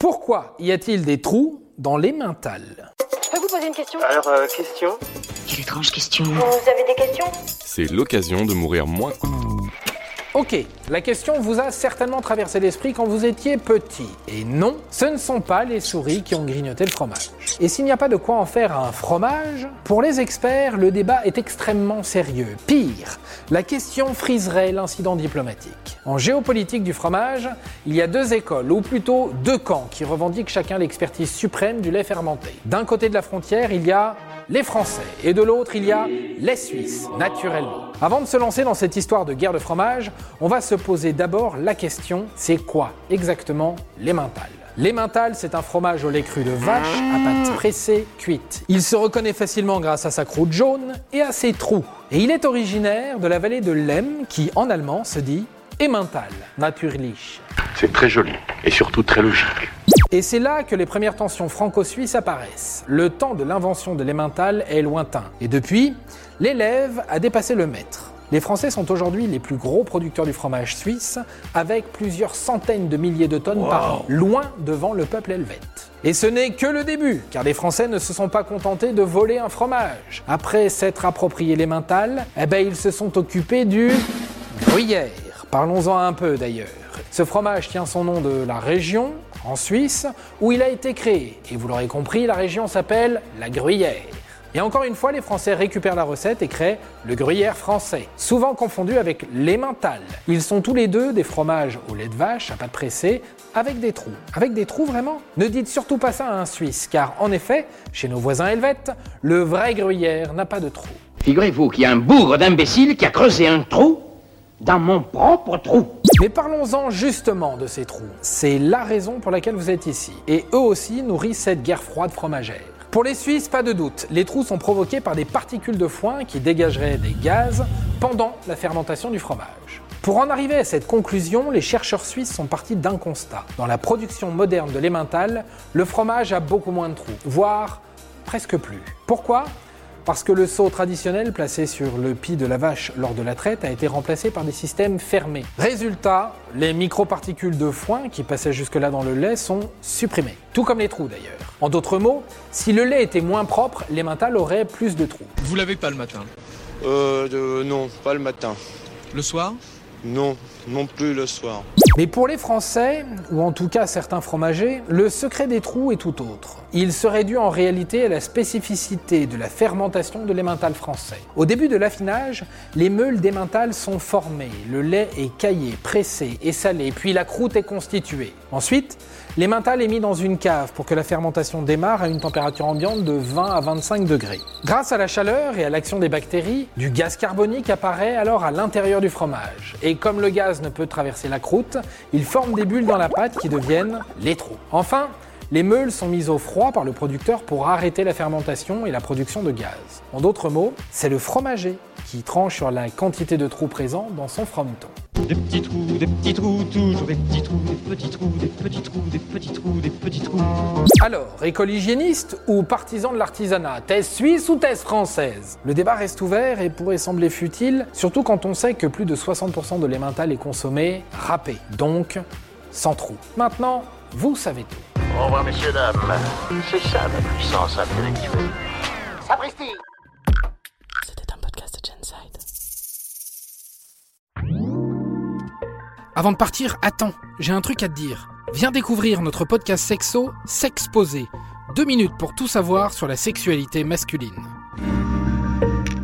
Pourquoi y a-t-il des trous dans l'emmental ? Je peux vous poser une question ? Alors, question ? Quelle étrange question. Vous avez des questions ? C'est l'occasion de mourir moins. Ok, la question vous a certainement traversé l'esprit quand vous étiez petit. Et non, ce ne sont pas les souris qui ont grignoté le fromage. Et s'il n'y a pas de quoi en faire un fromage, pour les experts, le débat est extrêmement sérieux. Pire, la question friserait l'incident diplomatique. En géopolitique du fromage, il y a deux écoles, ou plutôt deux camps, qui revendiquent chacun l'expertise suprême du lait fermenté. D'un côté de la frontière, il y a les Français, et de l'autre, il y a les Suisses, naturellement. Avant de se lancer dans cette histoire de guerre de fromage, on va se poser d'abord la question, c'est quoi exactement l'emmental ? L'emmental, c'est un fromage au lait cru de vache, à pâte pressée, cuite. Il se reconnaît facilement grâce à sa croûte jaune et à ses trous. Et il est originaire de la vallée de l'Emm, qui en allemand se dit Emmental, natürlich. C'est très joli et surtout très logique. Et c'est là que les premières tensions franco-suisses apparaissent. Le temps de l'invention de l'emmental est lointain. Et depuis, l'élève a dépassé le maître. Les Français sont aujourd'hui les plus gros producteurs du fromage suisse, avec plusieurs centaines de milliers de tonnes par an, loin devant le peuple helvète. Et ce n'est que le début, car les Français ne se sont pas contentés de voler un fromage. Après s'être approprié l'emmental, ils se sont occupés du gruyère. Parlons-en un peu d'ailleurs. Ce fromage tient son nom de la région, en Suisse, où il a été créé. Et vous l'aurez compris, la région s'appelle la Gruyère. Et encore une fois, les Français récupèrent la recette et créent le gruyère français, souvent confondu avec l'emmental. Ils sont tous les deux des fromages au lait de vache, à pâte pressée, avec des trous. Avec des trous vraiment ? Ne dites surtout pas ça à un Suisse, car en effet, chez nos voisins helvètes, le vrai gruyère n'a pas de trous. Figurez-vous qu'il y a un bougre d'imbécile qui a creusé un trou dans mon propre trou. Mais parlons-en justement de ces trous. C'est la raison pour laquelle vous êtes ici. Et eux aussi nourrissent cette guerre froide fromagère. Pour les Suisses, pas de doute, les trous sont provoqués par des particules de foin qui dégageraient des gaz pendant la fermentation du fromage. Pour en arriver à cette conclusion, les chercheurs suisses sont partis d'un constat. Dans la production moderne de l'emmental, le fromage a beaucoup moins de trous, voire presque plus. Pourquoi ? Parce que le seau traditionnel placé sur le pis de la vache lors de la traite a été remplacé par des systèmes fermés. Résultat, les microparticules de foin qui passaient jusque-là dans le lait sont supprimées. Tout comme les trous d'ailleurs. En d'autres mots, si le lait était moins propre, l'emmental aurait plus de trous. Vous l'avez pas le matin ? Non, pas le matin. Le soir ? Non plus le soir. Mais pour les Français, ou en tout cas certains fromagers, le secret des trous est tout autre. Il serait dû en réalité à la spécificité de la fermentation de l'emmental français. Au début de l'affinage, les meules d'emmental sont formées, le lait est caillé, pressé et salé, puis la croûte est constituée. Ensuite, l'emmental est mis dans une cave pour que la fermentation démarre à une température ambiante de 20 à 25 degrés. Grâce à la chaleur et à l'action des bactéries, du gaz carbonique apparaît alors à l'intérieur du fromage. Et comme le gaz ne peut traverser la croûte, il forme des bulles dans la pâte qui deviennent les trous. Enfin, les meules sont mises au froid par le producteur pour arrêter la fermentation et la production de gaz. En d'autres mots, c'est le fromager qui tranche sur la quantité de trous présents dans son frometon. Des petits trous, toujours des petits trous, des petits trous, des petits trous, des petits trous, des petits trous. Alors, école hygiéniste ou partisan de l'artisanat, thèse suisse ou thèse française ? Le débat reste ouvert et pourrait sembler futile, surtout quand on sait que plus de 60% de l'emmental est consommé râpé, donc sans trou. Maintenant, vous savez tout. Au revoir, messieurs, dames. C'est ça la puissance intellectuelle. Sapristi. C'était un podcast de Genside. Avant de partir, attends, j'ai un truc à te dire. Viens découvrir notre podcast sexo, S'exposer. 2 minutes pour tout savoir sur la sexualité masculine.